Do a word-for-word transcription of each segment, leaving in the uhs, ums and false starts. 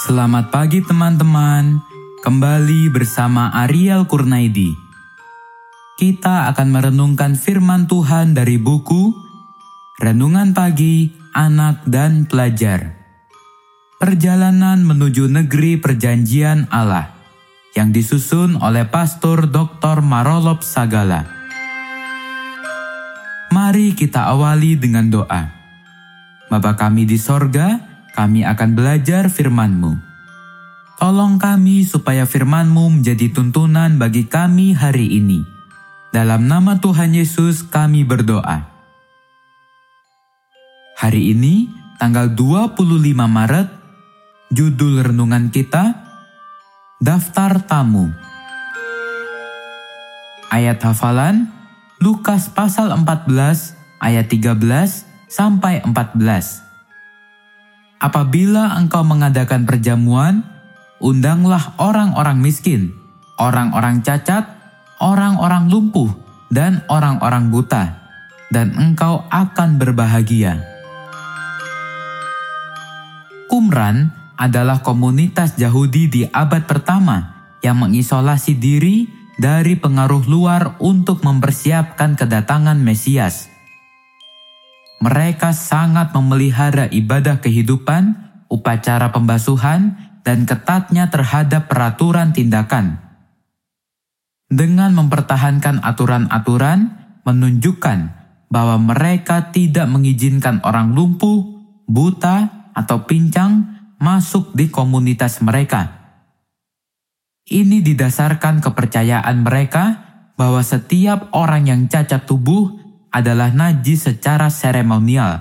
Selamat pagi teman-teman, kembali bersama Ariel Kurnaidi. Kita akan merenungkan firman Tuhan dari buku Renungan Pagi Anak dan Pelajar. Perjalanan menuju negeri perjanjian Allah yang disusun oleh Pastor doktor Marolop Sagala. Mari kita awali dengan doa. Bapa kami di sorga, kami akan belajar firman-Mu. Tolong kami supaya firman-Mu menjadi tuntunan bagi kami hari ini. Dalam nama Tuhan Yesus kami berdoa. Hari ini, tanggal dua puluh lima Maret, judul renungan kita, Daftar Tamu. Ayat hafalan, Lukas pasal empat belas, ayat tiga belas sampai empat belas. Apabila engkau mengadakan perjamuan, undanglah orang-orang miskin, orang-orang cacat, orang-orang lumpuh, dan orang-orang buta, dan engkau akan berbahagia. Qumran adalah komunitas Yahudi di abad pertama yang mengisolasi diri dari pengaruh luar untuk mempersiapkan kedatangan Mesias. Mereka sangat memelihara ibadah kehidupan, upacara pembasuhan, dan ketatnya terhadap peraturan tindakan. Dengan mempertahankan aturan-aturan, menunjukkan bahwa mereka tidak mengizinkan orang lumpuh, buta, atau pincang masuk di komunitas mereka. Ini didasarkan kepercayaan mereka bahwa setiap orang yang cacat tubuh adalah najis secara seremonial.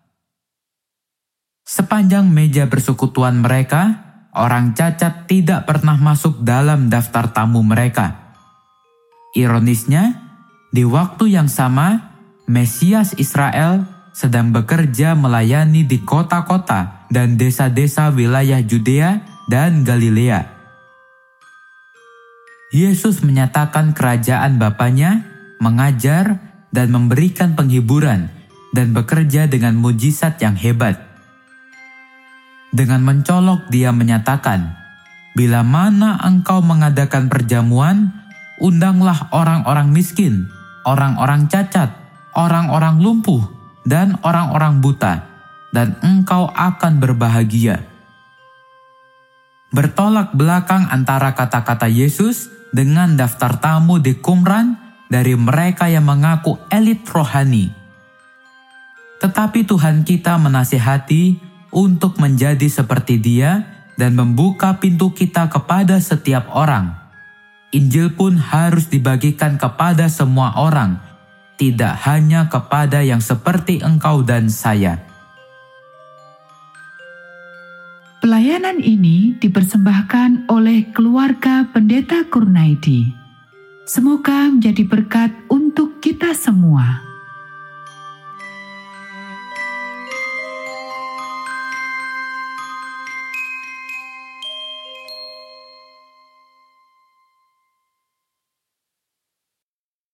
Sepanjang meja persekutuan mereka, orang cacat tidak pernah masuk dalam daftar tamu mereka. Ironisnya, di waktu yang sama, Mesias Israel sedang bekerja melayani di kota-kota dan desa-desa wilayah Yudea dan Galilea. Yesus menyatakan kerajaan Bapanya, mengajar, dan memberikan penghiburan, dan bekerja dengan mujizat yang hebat. Dengan mencolok dia menyatakan, bila mana engkau mengadakan perjamuan, undanglah orang-orang miskin, orang-orang cacat, orang-orang lumpuh, dan orang-orang buta, dan engkau akan berbahagia. Bertolak belakang antara kata-kata Yesus dengan daftar tamu di Qumran dari mereka yang mengaku elit rohani. Tetapi Tuhan kita menasihati untuk menjadi seperti Dia dan membuka pintu kita kepada setiap orang. Injil pun harus dibagikan kepada semua orang, tidak hanya kepada yang seperti engkau dan saya. Pelayanan ini dipersembahkan oleh keluarga Pendeta Kurnaidi. Semoga menjadi berkat untuk kita semua.